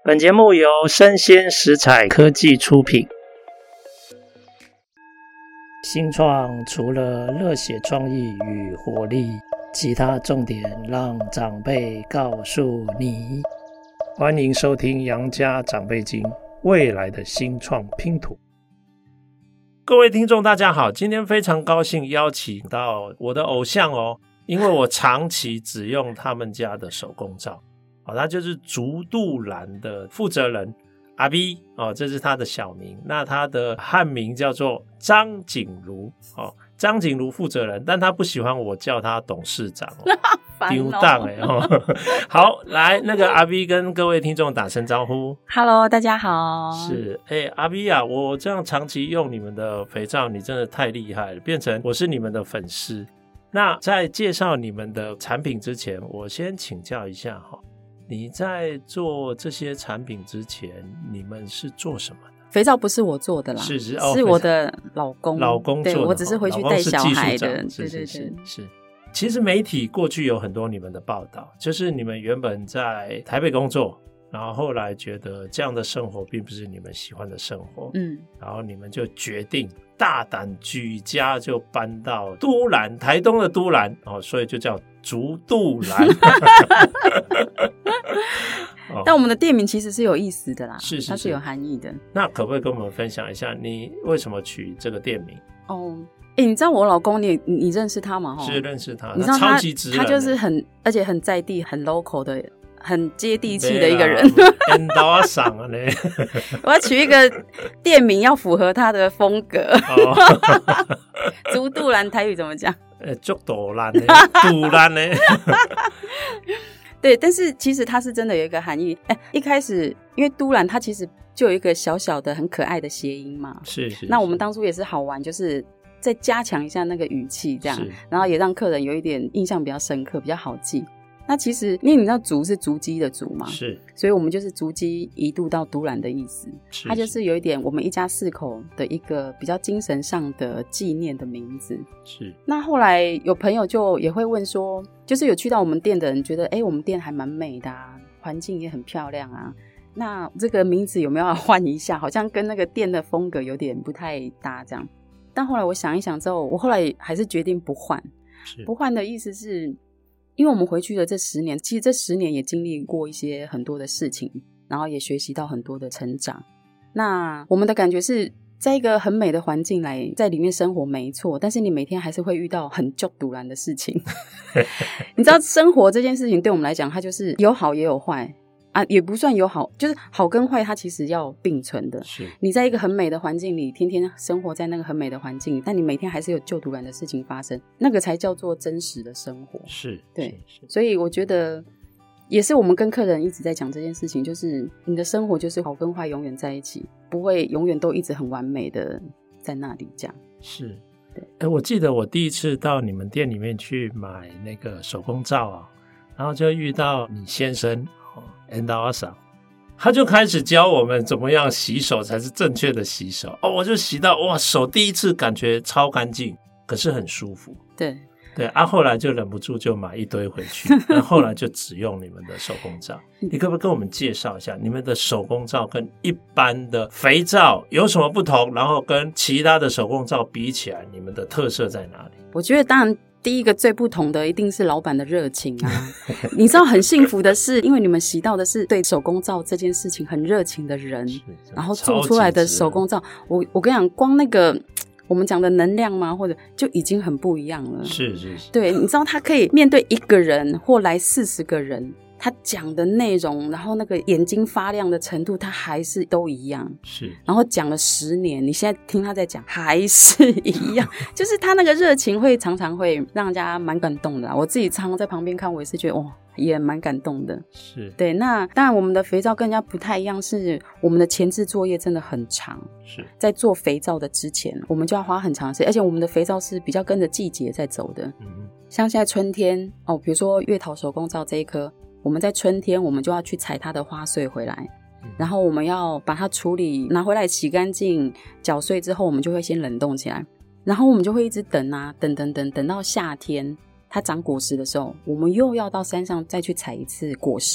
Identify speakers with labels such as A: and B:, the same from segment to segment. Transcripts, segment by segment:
A: 本节目由生鲜食材科技出品。新创除了热血创意与活力，其他重点让长辈告诉你。欢迎收听杨家长辈经，未来的新创拼图。各位听众大家好，今天非常高兴邀请到我的偶像哦，因为我长期只用他们家的手工皂，他就是竹度蓝的负责人阿 B 这是他的小名，那他的汉名叫做张景如张景如负责人，但他不喜欢我叫他董事长丢档好，来那个阿 B 跟各位听众打声招呼。
B: Hello 大家好。
A: 是阿 B 啊，我这样长期用你们的肥皂，你真的太厉害了，变成我是你们的粉丝。那在介绍你们的产品之前，我先请教一下你在做这些产品之前，你们是做什么的？
B: 肥皂不是我做的啦，是我的老公
A: 做的。
B: 对，我只是回去带小孩的。
A: 对对对，是。其实媒体过去有很多你们的报道，就是你们原本在台北工作，然后后来觉得这样的生活并不是你们喜欢的生活，然后你们就决定大胆举家就搬到都兰，台东的都兰所以就叫竹度蓝
B: 但我们的店名其实是有意思的啦，
A: 是
B: 它是有含义的。
A: 那可不可以跟我们分享一下你为什么取这个店名？
B: 你知道我老公你认识他吗？
A: 是认识他，
B: 你知道
A: 超级直人，
B: 他就是而且很在地很 local 的，很接地气的一个人。我要取一个店名要符合他的风格。竹度蓝台语怎么讲？
A: 竹度蓝的度蓝的
B: 对，但是其实它是真的有一个含义。一开始因为都兰它其实就有一个小小的很可爱的谐音嘛，
A: 是。
B: 那我们当初也是好玩，就是再加强一下那个语气这样，然后也让客人有一点印象比较深刻，比较好记。那其实因为你知道竹是竹鸡的竹嘛，是，所以我们就是竹鸡移渡到都兰的意思，它就是有一点我们一家4口的一个比较精神上的纪念的名字。是。那后来有朋友就也会问说，就是有去到我们店的人觉得我们店还蛮美的啊，环境也很漂亮啊，那这个名字有没有要换一下，好像跟那个店的风格有点不太搭这样。但后来我想一想之后，我后来还是决定不换。不换的意思是因为我们回去的这10年，其实这10年也经历过一些很多的事情，然后也学习到很多的成长。那我们的感觉是在一个很美的环境来在里面生活没错，但是你每天还是会遇到很足突然的事情你知道生活这件事情对我们来讲，它就是有好也有坏也不算有好，就是好跟坏它其实要并存的。是，你在一个很美的环境里，天天生活在那个很美的环境里，但你每天还是有就突然的事情发生，那个才叫做真实的生活。是，对。所以我觉得也是我们跟客人一直在讲这件事情，就是你的生活就是好跟坏永远在一起，不会永远都一直很完美的在那里这样。是。对。
A: 我记得我第一次到你们店里面去买那个手工皂然后就遇到你先生他就开始教我们怎么样洗手才是正确的洗手我就洗到手第一次感觉超干净，可是很舒服。对后来就忍不住就买一堆回去然后后来就只用你们的手工皂你可不可以跟我们介绍一下你们的手工皂跟一般的肥皂有什么不同，然后跟其他的手工皂比起来，你们的特色在哪里？
B: 我觉得当然第一个最不同的一定是老板的热情你知道很幸福的是因为你们洗到的是对手工皂这件事情很热情的人，然后做出来的手工皂，我跟你讲，光那个我们讲的能量嘛，或者就已经很不一样了。是。对，你知道他可以面对一个人或来40个人，他讲的内容，然后那个眼睛发亮的程度，他还是都一样。是。然后讲了10年，你现在听他在讲还是一样就是他那个热情会常常会让人家蛮感动的我自己常常在旁边看，我也是觉得也蛮感动的。是。对，那当然我们的肥皂跟人家不太一样，是我们的前置作业真的很长。是。在做肥皂的之前，我们就要花很长的时间，而且我们的肥皂是比较跟着季节在走的。像现在春天比如说月桃手工皂这一颗，我们在春天我们就要去采它的花穗回来，然后我们要把它处理拿回来洗干净搅碎之后，我们就会先冷冻起来，然后我们就会一直等等到夏天它长果实的时候，我们又要到山上再去采一次果实，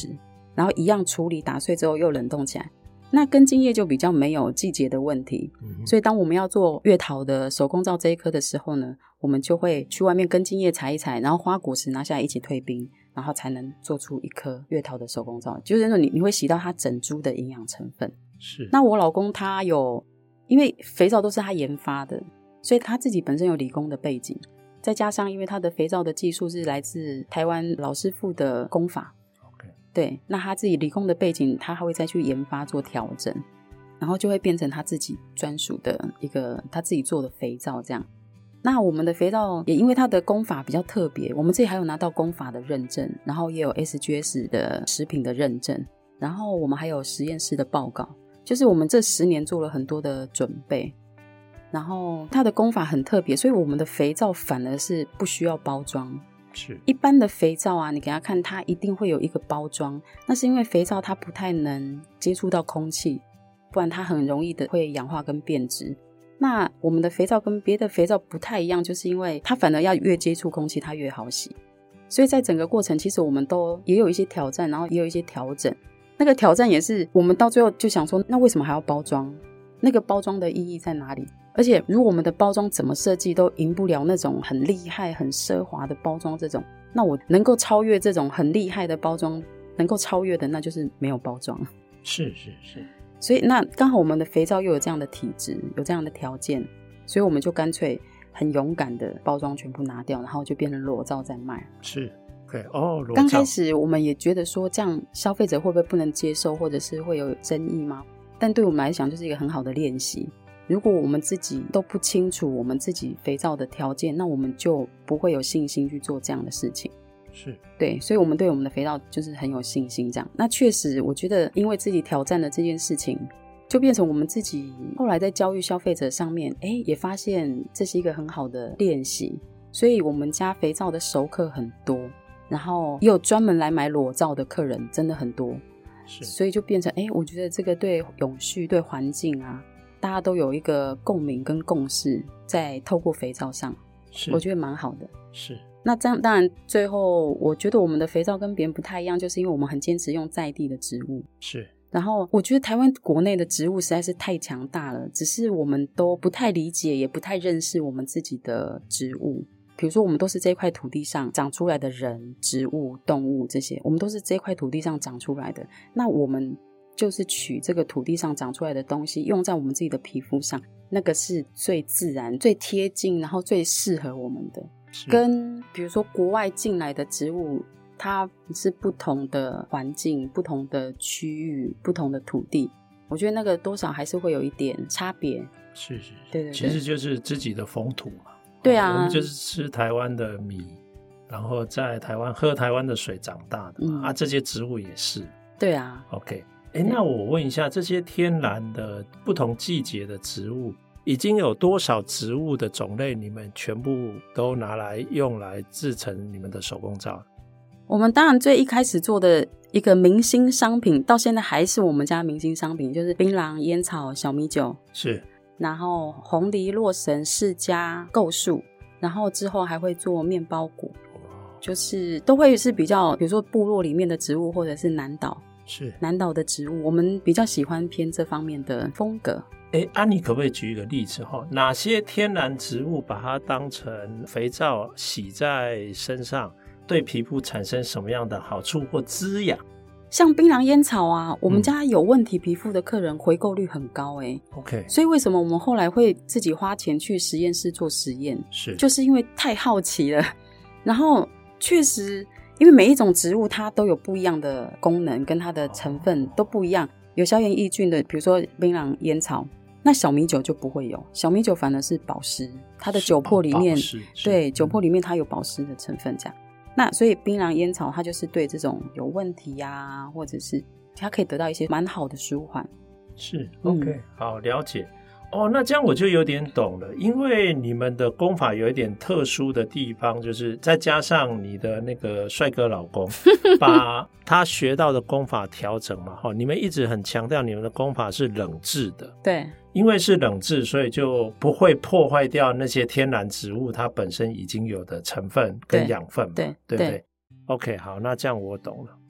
B: 然后一样处理打碎之后又冷冻起来。那根茎叶就比较没有季节的问题，所以当我们要做月桃的手工皂这一颗的时候呢，我们就会去外面根茎叶采一采，然后花果实拿下来一起退冰，然后才能做出一颗月桃的手工皂，就是说你会洗到它整株的营养成分。
A: 是。
B: 那我老公他有，因为肥皂都是他研发的，所以他自己本身有理工的背景，再加上因为他的肥皂的技术是来自台湾老师傅的功法，对，那他自己理工的背景，他还会再去研发做调整，然后就会变成他自己专属的一个他自己做的肥皂这样。那我们的肥皂也因为它的工法比较特别，我们自己还有拿到工法的认证，然后也有 SGS 的食品的认证，然后我们还有实验室的报告，就是我们这10年做了很多的准备，然后它的工法很特别，所以我们的肥皂反而是不需要包装。
A: 是
B: 一般的肥皂啊，你给它看它一定会有一个包装，那是因为肥皂它不太能接触到空气，不然它很容易的会氧化跟变质。那我们的肥皂跟别的肥皂不太一样，就是因为它反而要越接触空气它越好洗，所以在整个过程其实我们都也有一些挑战，然后也有一些调整。那个挑战也是我们到最后就想说，那为什么还要包装？那个包装的意义在哪里？而且如果我们的包装怎么设计都赢不了那种很厉害很奢华的包装，这种那我能够超越这种很厉害的包装，能够超越的那就是没有包装。
A: 是，
B: 所以那刚好我们的肥皂又有这样的体质，有这样的条件，所以我们就干脆很勇敢的包装全部拿掉，然后就变成裸皂在卖。
A: 是，okay， 裸皂。
B: 刚开始我们也觉得说这样消费者会不会不能接受，或者是会有争议吗？但对我们来讲就是一个很好的练习。如果我们自己都不清楚我们自己肥皂的条件，那我们就不会有信心去做这样的事情。
A: 是，
B: 对，所以我们对我们的肥皂就是很有信心这样。那确实我觉得因为自己挑战了这件事情，就变成我们自己后来在教育消费者上面也发现这是一个很好的练习，所以我们家肥皂的熟客很多，然后也有专门来买裸皂的客人真的很多。
A: 是，
B: 所以就变成我觉得这个对永续对环境啊，大家都有一个共鸣跟共识在透过肥皂上，我觉得蛮好的。
A: 是，
B: 那这样当然最后我觉得我们的肥皂跟别人不太一样，就是因为我们很坚持用在地的植物。
A: 是，
B: 然后我觉得台湾国内的植物实在是太强大了，只是我们都不太理解也不太认识我们自己的植物。比如说我们都是这块土地上长出来的人、植物、动物，这些我们都是这块土地上长出来的，那我们就是取这个土地上长出来的东西用在我们自己的皮肤上，那个是最自然最贴近然后最适合我们的。跟比如说国外进来的植物，它是不同的环境、不同的区域、不同的土地，我觉得那个多少还是会有一点差别。
A: 是，
B: 对，
A: 其实就是自己的风土嘛。
B: 对啊，
A: 我们就是吃台湾的米，然后在台湾喝台湾的水长大的嘛。这些植物也是。
B: 对啊。
A: OK， 那我问一下，这些天然的不同季节的植物已经有多少植物的种类你们全部都拿来用来制成你们的手工皂？
B: 我们当然最一开始做的一个明星商品，到现在还是我们家明星商品，就是槟榔、烟草、小米酒。
A: 是，
B: 然后红梨、洛神、释迦、构树，然后之后还会做面包果，就是都会是比较比如说部落里面的植物，或者是南岛的植物，我们比较喜欢偏这方面的风格。
A: 你可不可以举一个例子哪些天然植物把它当成肥皂洗在身上，对皮肤产生什么样的好处或滋养？
B: 像槟榔烟草啊，我们家有问题皮肤的客人回购率很高
A: OK，
B: 所以为什么我们后来会自己花钱去实验室做实验，就是因为太好奇了。然后确实因为每一种植物它都有不一样的功能，跟它的成分都不一样，有消炎抑菌的，比如说槟榔烟草，那小米酒就不会有，小米酒反而是保湿，它的酒粕里面对酒粕里面它有保湿的成分这样。那所以槟榔烟草它就是对这种有问题啊，或者是它可以得到一些蛮好的舒缓。
A: 是 OK，好，了解。那这样我就有点懂了，因为你们的功法有一点特殊的地方，就是再加上你的那个帅哥老公把他学到的功法调整嘛，你们一直很强调你们的功法是冷制的。
B: 对，
A: 因为是冷制，所以就不会破坏掉那些天然植物它本身已经有的成分跟养分嘛，对不对？ OK， 好，那这样我懂了。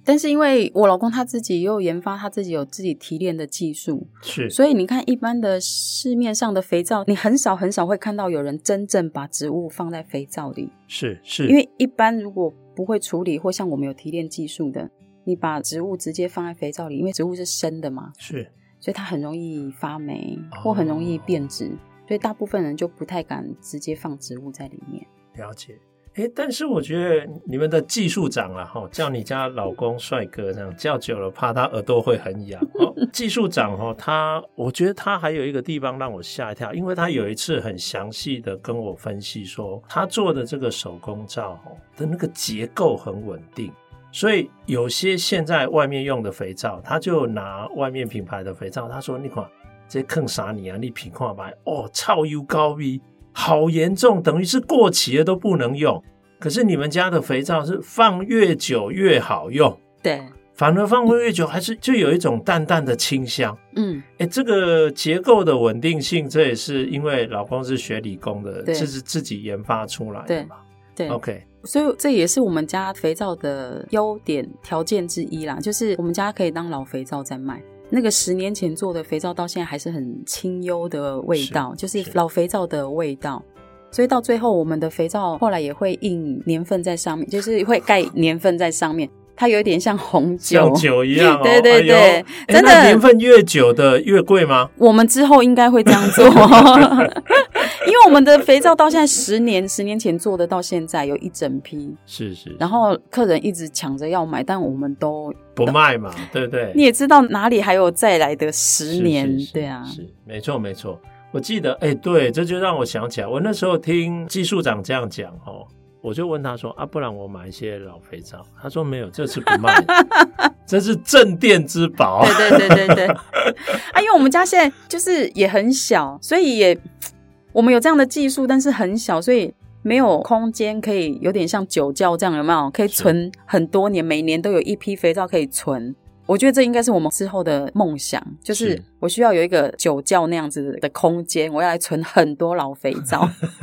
B: 但是因为我老公他自己也有研发，他自己有自己提炼的技术，
A: 是，
B: 所以你看一般的市面上的肥皂，你很少会看到有人真正把植物放在肥皂里，
A: 是，
B: 因为一般如果不会处理或像我们有提炼技术的，你把植物直接放在肥皂里，因为植物是生的嘛，
A: 是，
B: 所以它很容易发霉或很容易变质，所以大部分人就不太敢直接放植物在里面。
A: 了解。但是我觉得你们的技术长啦，叫你家老公帅哥这样叫久了怕他耳朵会很痒。技术长我觉得他还有一个地方让我吓一跳，因为他有一次很详细的跟我分析说，他做的这个手工皂的那个结构很稳定，所以有些现在外面用的肥皂，他就拿外面品牌的肥皂，他说你看这坑啥你啊，你品看吧，超油高味，好严重，等于是过期了都不能用。可是你们家的肥皂是放越久越好用，
B: 对，
A: 反而放越久还是就有一种淡淡的清香。这个结构的稳定性，这也是因为老公是学理工的，这是自己研发出来的嘛。
B: 对
A: ，OK，
B: 所以这也是我们家肥皂的优点条件之一啦，就是我们家可以当老肥皂在卖。那个10年前做的肥皂到现在还是很清幽的味道，就是老肥皂的味道。所以到最后我们的肥皂后来也会印年份在上面，就是会盖年份在上面，它有一点像红酒，
A: 像酒一样
B: 对对对，真的。
A: 那年份越久的越贵吗？
B: 我们之后应该会这样做因为我们的肥皂到现在10年前做的到现在有一整批，
A: 是，
B: 然后客人一直抢着要买，但我们都
A: 不卖嘛，对不对？
B: 你也知道哪里还有再来的10年，对啊，
A: 是没错。我记得对，这就让我想起来，我那时候听技术长这样讲我就问他说不然我买一些老肥皂，他说没有，这是不卖的这是镇店之宝
B: 对因为我们家现在就是也很小，所以我们有这样的技术，但是很小，所以没有空间可以有点像酒窖这样，有没有可以存很多年，每年都有一批肥皂可以存。我觉得这应该是我们之后的梦想，就是我需要有一个酒窖那样子的空间，我要来存很多老肥皂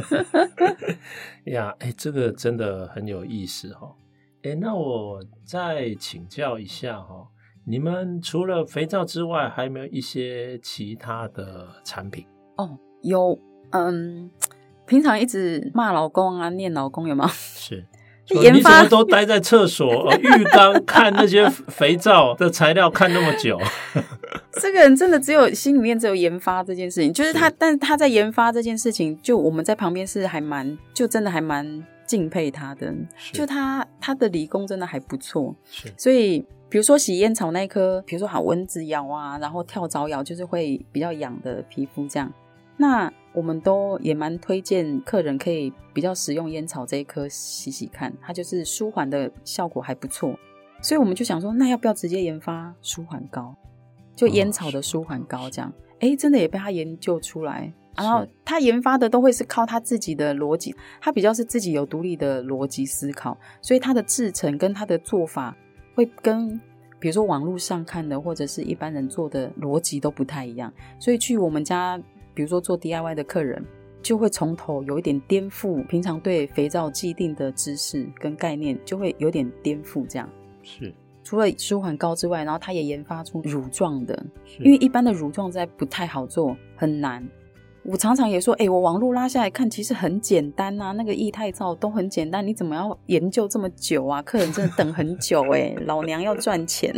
A: 呀，这个真的很有意思那我再请教一下你们除了肥皂之外还有没有一些其他的产品？
B: 有平常一直骂老公啊念老公有没有？
A: 是你怎么都待在厕所浴缸看那些肥皂的材料看那么久
B: 这个人真的心里面只有研发这件事情，就是但是他在研发这件事情，就我们在旁边是真的还蛮敬佩他的，就他的理工真的还不错，所以比如说洗烟草那一颗，比如说蚊子咬啊，然后跳蚤咬，就是会比较痒的皮肤这样，那我们都也蛮推荐客人可以比较使用烟草这一颗洗洗看，它就是舒缓的效果还不错，所以我们就想说那要不要直接研发舒缓膏，就烟草的舒缓膏这样，真的也被他研究出来，然后他研发的都会是靠他自己的逻辑，他比较是自己有独立的逻辑思考，所以他的制程跟他的做法会跟比如说网络上看的或者是一般人做的逻辑都不太一样，所以去我们家比如说做 DIY 的客人就会从头有一点颠覆平常对肥皂既定的知识跟概念，就会有点颠覆这样。
A: 是，
B: 除了舒缓膏之外，然后他也研发出乳状的，因为一般的乳状在不太好做，很难。我常常也说我网路拉下来看其实很简单啊，那个液态皂都很简单，你怎么要研究这么久啊？客人真的等很久老娘要赚钱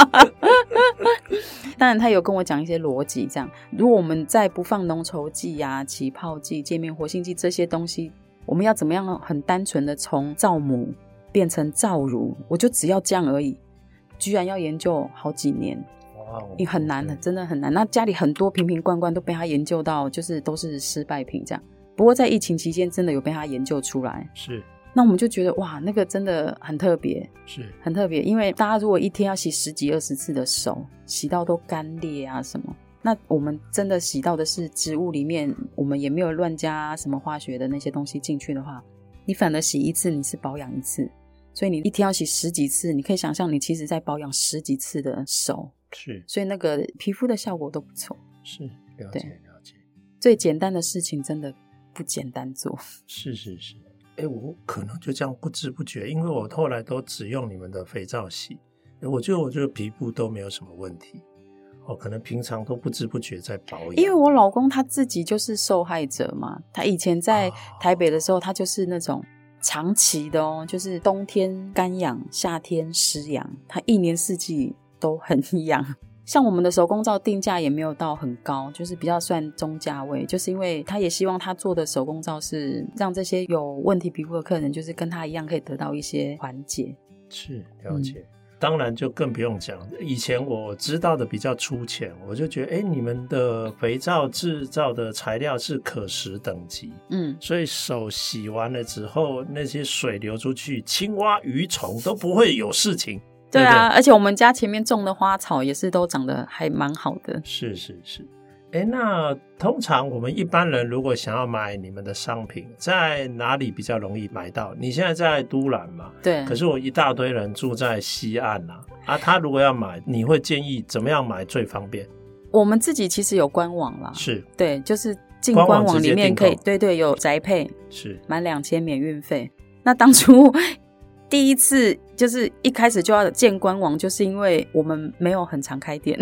B: 当然他有跟我讲一些逻辑这样，如果我们再不放浓稠剂啊、起泡剂、界面活性剂这些东西，我们要怎么样很单纯的从皂母变成皂乳，我就只要这样而已，居然要研究好几年，很难的，真的很难。那家里很多瓶瓶罐罐都被他研究到，就是都是失败品这样。不过在疫情期间真的有被他研究出来，
A: 是。
B: 那我们就觉得哇，那个真的很特别，
A: 是
B: 很特别。因为大家如果一天要洗10几20次的手，洗到都干裂啊什么，那我们真的洗到的是植物里面，我们也没有乱加什么化学的那些东西进去的话，你反而洗一次你是保养一次，所以你一天要洗10几次，你可以想象你其实在保养10几次的手，
A: 是，
B: 所以那个皮肤的效果都不错。
A: 是，了解了解。
B: 最简单的事情真的不简单做。
A: 是。我可能就这样不知不觉，因为我后来都只用你们的肥皂洗， 我觉得我这个皮肤都没有什么问题，可能平常都不知不觉在保养。
B: 因为我老公他自己就是受害者嘛，他以前在台北的时候，他就是那种长期的就是冬天干痒，夏天湿痒，他一年四季都很痒。像我们的手工皂定价也没有到很高，就是比较算中价位，就是因为他也希望他做的手工皂是让这些有问题皮肤的客人就是跟他一样可以得到一些缓解。
A: 是，了解。当然就更不用讲，以前我知道的比较粗浅，我就觉得你们的肥皂制造的材料是可食等级，所以手洗完了之后那些水流出去，青蛙鱼虫都不会有事情。
B: 对啊，而且我们家前面种的花草也是都长得还蛮好的。
A: 是是是。那通常我们一般人如果想要买你们的商品，在哪里比较容易买到？你现在在都兰嘛？
B: 对。
A: 可是我一大堆人住在西岸他如果要买，你会建议怎么样买最方便？
B: 我们自己其实有官网啦。
A: 是。
B: 对，就是进官网里面可以，对，有宅配，
A: 是满
B: 2000免运费。那当初第一次就是一开始就要建官网，就是因为我们没有很常开店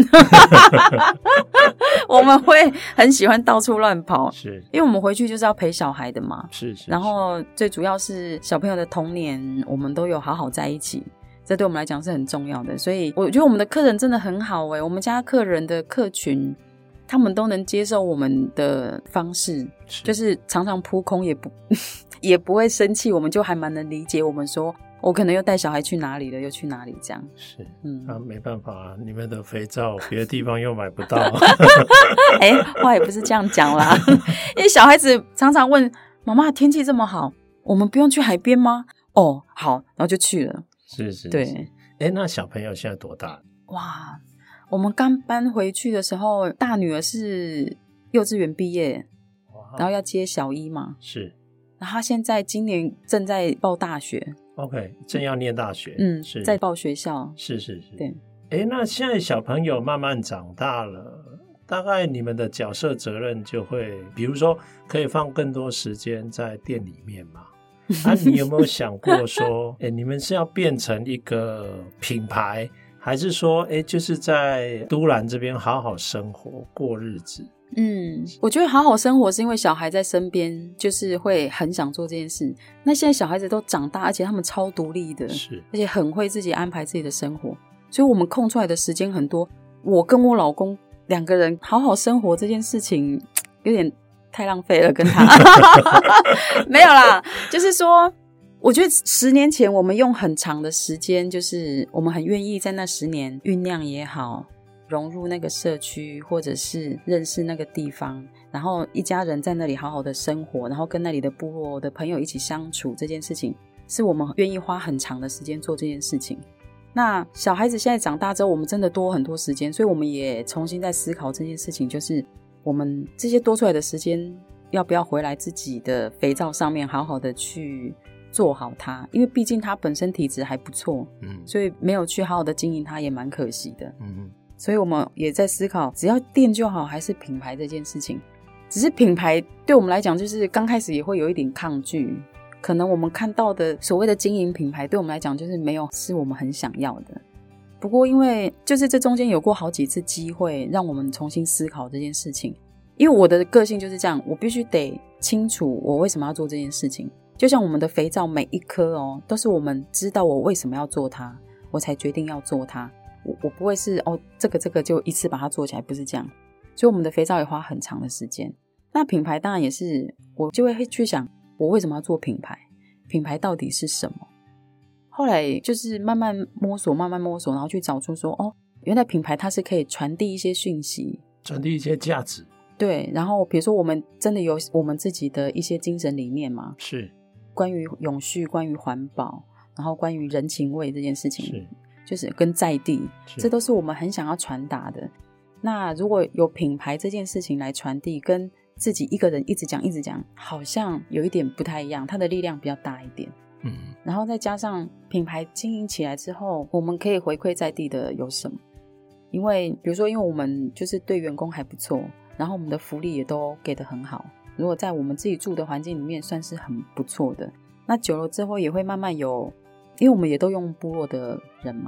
B: 我们会很喜欢到处乱跑，
A: 是
B: 因为我们回去就是要陪小孩的嘛，
A: 是
B: 然后最主要是小朋友的童年我们都有好好在一起，这对我们来讲是很重要的，所以我觉得我们的客人真的很好我们家客人的客群他们都能接受我们的方式，就是常常扑空也不会生气，我们就还蛮能理解我们说我可能又带小孩去哪里了，又去哪里这样。
A: 是，没办法你们的肥皂别的地方又买不到
B: 话也不是这样讲啦因为小孩子常常问妈妈天气这么好，我们不用去海边吗？好，然后就去了。
A: 是是，
B: 对。
A: 那小朋友现在多大？
B: 哇，我们刚搬回去的时候，大女儿是幼稚园毕业，然后要接小一嘛，
A: 是，
B: 然后她现在今年正在报大学。
A: OK， 正要念大学，是
B: 在报学校，
A: 是是是，
B: 对。
A: 那现在小朋友慢慢长大了，大概你们的角色责任就会，比如说可以放更多时间在店里面嘛？你有没有想过说，你们是要变成一个品牌，还是说，就是在都兰这边好好生活过日子？
B: 我觉得好好生活是因为小孩在身边，就是会很想做这件事。那现在小孩子都长大，而且他们超独立的，
A: 是，
B: 而且很会自己安排自己的生活，所以我们空出来的时间很多。我跟我老公两个人好好生活这件事情有点太浪费了，跟他没有啦，就是说我觉得10年前我们用很长的时间，就是我们很愿意在那10年酝酿也好，融入那个社区，或者是认识那个地方，然后一家人在那里好好的生活，然后跟那里的部落的朋友一起相处，这件事情是我们愿意花很长的时间做这件事情。那小孩子现在长大之后，我们真的多很多时间，所以我们也重新在思考这件事情，就是我们这些多出来的时间要不要回来自己的肥皂上面好好的去做好它，因为毕竟它本身体质还不错，所以没有去好好的经营它也蛮可惜的。所以我们也在思考只要店就好还是品牌这件事情。只是品牌对我们来讲就是刚开始也会有一点抗拒，可能我们看到的所谓的经营品牌对我们来讲就是没有是我们很想要的。不过因为就是这中间有过好几次机会让我们重新思考这件事情，因为我的个性就是这样，我必须得清楚我为什么要做这件事情。就像我们的肥皂每一颗都是我们知道我为什么要做它，我才决定要做它。我不会是这个就一次把它做起来，不是这样。所以我们的肥皂也花很长的时间。那品牌当然也是，我就会去想我为什么要做品牌，品牌到底是什么。后来就是慢慢摸索，然后去找出说原来品牌它是可以传递一些讯息，
A: 传递一些价值。
B: 对，然后比如说我们真的有我们自己的一些精神理念嘛，
A: 是
B: 关于永续，关于环保，然后关于人情味这件事情，
A: 是
B: 就是跟在地，这都是我们很想要传达的。那如果有品牌这件事情来传递，跟自己一个人一直讲好像有一点不太一样，它的力量比较大一点。然后再加上品牌经营起来之后，我们可以回馈在地的有什么？因为比如说因为我们就是对员工还不错，然后我们的福利也都给得很好，如果在我们自己住的环境里面算是很不错的。那久了之后也会慢慢有，因为我们也都用部落的人嘛，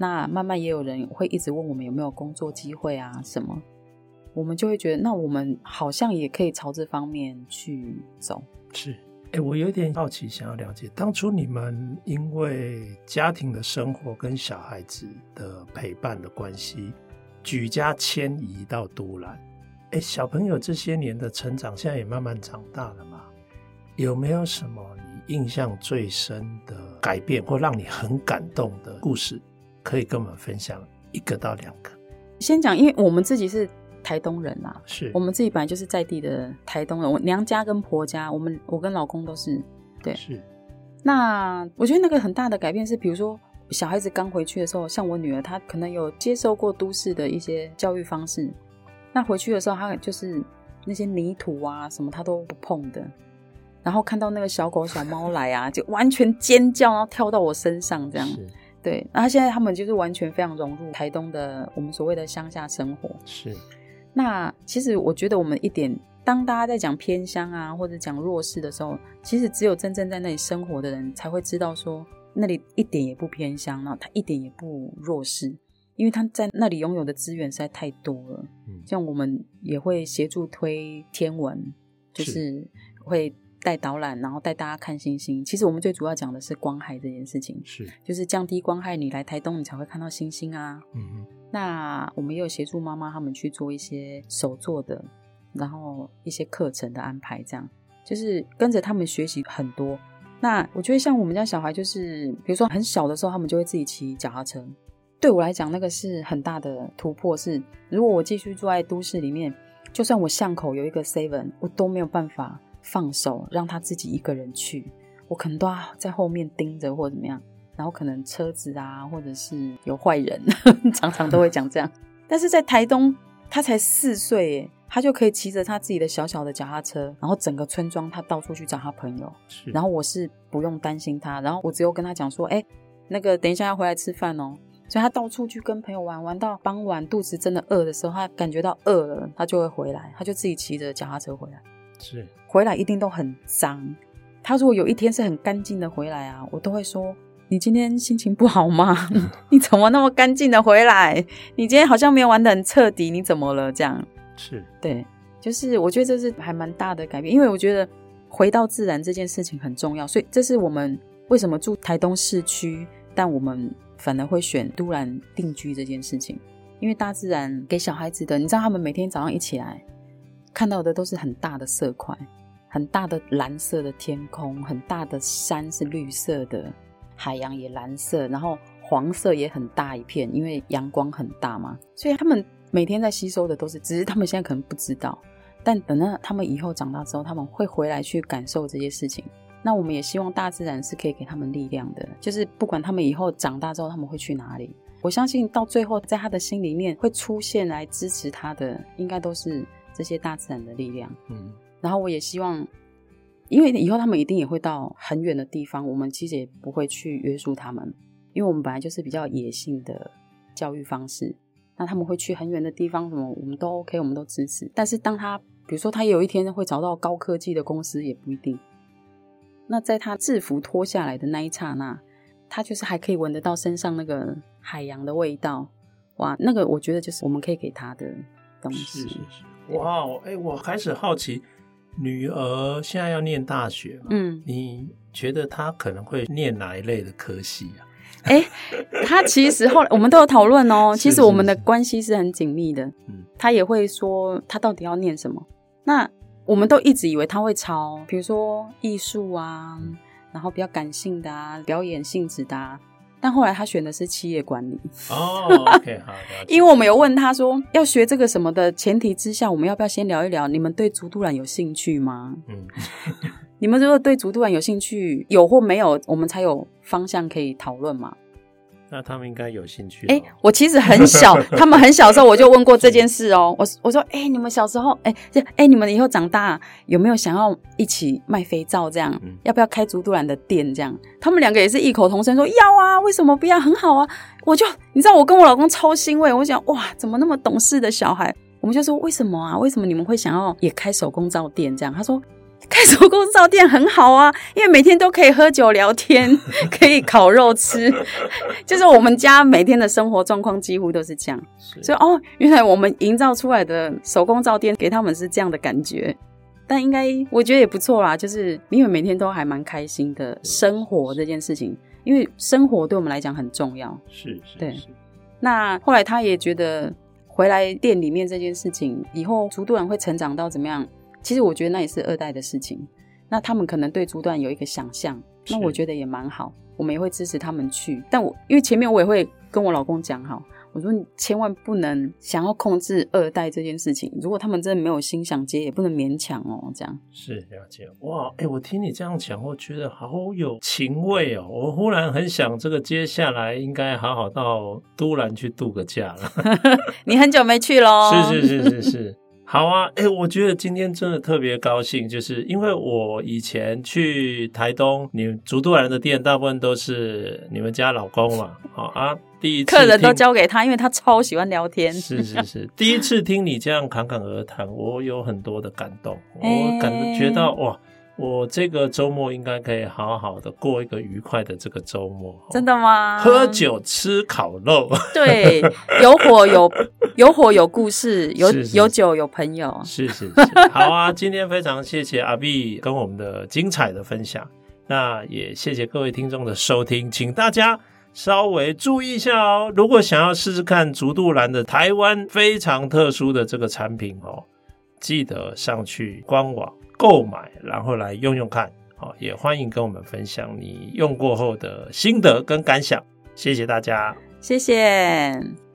B: 那慢慢也有人会一直问我们有没有工作机会啊什么，我们就会觉得那我们好像也可以朝这方面去走。
A: 是，我有点好奇想要了解，当初你们因为家庭的生活跟小孩子的陪伴的关系，举家迁移到都兰，小朋友这些年的成长现在也慢慢长大了嘛，有没有什么你印象最深的改变或让你很感动的故事可以跟我们分享1个到2个？
B: 先讲，因为我们自己是台东人啊，
A: 是
B: 我们自己本来就是在地的台东人，我娘家跟婆家，我跟老公都是，对，
A: 是。
B: 那我觉得那个很大的改变是，比如说小孩子刚回去的时候，像我女儿，她可能有接受过都市的一些教育方式，那回去的时候，她就是那些泥土啊什么她都不碰的，然后看到那个小狗小猫来啊，就完全尖叫，然后跳到我身上这样。对，然后现在他们就是完全非常融入台东的我们所谓的乡下生活。
A: 是。
B: 那其实我觉得我们一点，当大家在讲偏乡啊或者讲弱势的时候，其实只有真正在那里生活的人才会知道说那里一点也不偏乡，然后他一点也不弱势，因为他在那里拥有的资源实在太多了。像我们也会协助推天文，就是会带导览，然后带大家看星星。其实我们最主要讲的是光害这件事情，是就是降低光害，你来台东你才会看到星星啊。那我们也有协助妈妈他们去做一些手作的，然后一些课程的安排，这样就是跟着他们学习很多。那我觉得像我们家小孩，就是比如说很小的时候他们就会自己骑脚踏车，对我来讲那个是很大的突破，是如果我继续住在都市里面，就算我巷口有一个 7 我都没有办法放手让他自己一个人去，我可能都要在后面盯着或怎么样，然后可能车子啊或者是有坏人常常都会讲这样。但是在台东他才4岁耶，他就可以骑着他自己的小小的脚踏车，然后整个村庄他到处去找他朋友，然后我是不用担心他，然后我只有跟他讲说那个等一下要回来吃饭哦，所以他到处去跟朋友玩，玩到傍晚肚子真的饿的时候，他感觉到饿了他就会回来，他就自己骑着脚踏车回来，是回来一定都很脏。他如果有一天是很干净的回来啊，我都会说你今天心情不好吗？你怎么那么干净的回来？你今天好像没有玩得很彻底，你怎么了？这样是对，就是我觉得这是还蛮大的改变，因为我觉得回到自然这件事情很重要，所以这是我们为什么住台东市区，但我们反而会选都兰定居这件事情。因为大自然给小孩子的，你知道他们每天早上一起来看到的都是很大的色块，很大的蓝色的天空，很大的山是绿色的，海洋也蓝色，然后黄色也很大一片，因为阳光很大嘛，所以他们每天在吸收的都是，只是他们现在可能不知道，但等到他们以后长大之后，他们会回来去感受这些事情。那我们也希望大自然是可以给他们力量的，就是不管他们以后长大之后他们会去哪里，我相信到最后在他的心里面会出现来支持他的，应该都是这些大自然的力量。然后我也希望，因为以后他们一定也会到很远的地方，我们其实也不会去约束他们，因为我们本来就是比较野性的教育方式，那他们会去很远的地方什么我们都 OK， 我们都支持。但是当他比如说他有一天会找到高科技的公司也不一定，那在他制服脱下来的那一刹那，他就是还可以闻得到身上那个海洋的味道，哇，那个我觉得就是我们可以给他的东西。是
A: 哇，我开始好奇，女儿现在要念大学嘛，你觉得她可能会念哪一类的科系啊？
B: 他其实后来我们都有讨论哦，其实我们的关系是很紧密的，他也会说他到底要念什么，那我们都一直以为他会朝比如说艺术啊，然后比较感性的啊，表演性质的啊，但后来他选的是企业管理。OK 好，因为我们有问他说要学这个什么的前提之下，我们要不要先聊一聊你们对竹都兰有兴趣吗？你们如果对竹都兰有兴趣，有或没有我们才有方向可以讨论嘛。
A: 那他们应该有兴趣
B: 我其实很小他们很小的时候我就问过这件事哦。我说你们小时候你们以后长大有没有想要一起卖肥皂这样，要不要开竹都兰的店这样，他们两个也是异口同声说要啊，为什么不要，很好啊。我就你知道我跟我老公超欣慰，我想哇怎么那么懂事的小孩。我们就说为什么啊，为什么你们会想要也开手工皂店这样，他说开手工皂店很好啊，因为每天都可以喝酒聊天，可以烤肉吃，就是我们家每天的生活状况几乎都是这样。所以原来我们营造出来的手工皂店给他们是这样的感觉。但应该我觉得也不错啦，就是因为每天都还蛮开心的生活这件事情，因为生活对我们来讲很重要。
A: 是
B: 对。那后来他也觉得回来店里面这件事情以后竹肚腩会成长到怎么样，其实我觉得那也是2代的事情，那他们可能对竹肚腩有一个想象，那我觉得也蛮好，我们也会支持他们去。但因为前面我也会跟我老公讲好，我说你千万不能想要控制2代这件事情，如果他们真的没有心想接，也不能勉强这样。
A: 是，了解。哇，我听你这样讲，我觉得好有情味哦。我忽然很想这个接下来应该好好到都兰去度个假了。
B: 你很久没去咯。
A: 是。好啊，我觉得今天真的特别高兴，就是因为我以前去台东，你们竹肚腩的店大部分都是你们家老公嘛，第一次
B: 客人都交给他，因为他超喜欢聊天。
A: 是，第一次听你这样侃侃而谈，我有很多的感动，我感觉到哇，我这个周末应该可以好好的过一个愉快的这个周末。
B: 真的吗？
A: 喝酒吃烤肉。
B: 对，有火有故事，有酒有朋友。
A: 是。好啊，今天非常谢谢阿碧跟我们的精彩的分享，那也谢谢各位听众的收听，请大家稍微注意一下哦，如果想要试试看竹肚腩的台湾非常特殊的这个产品记得上去官网购买，然后来用用看，也欢迎跟我们分享你用过后的心得跟感想。谢谢大家，
B: 谢谢。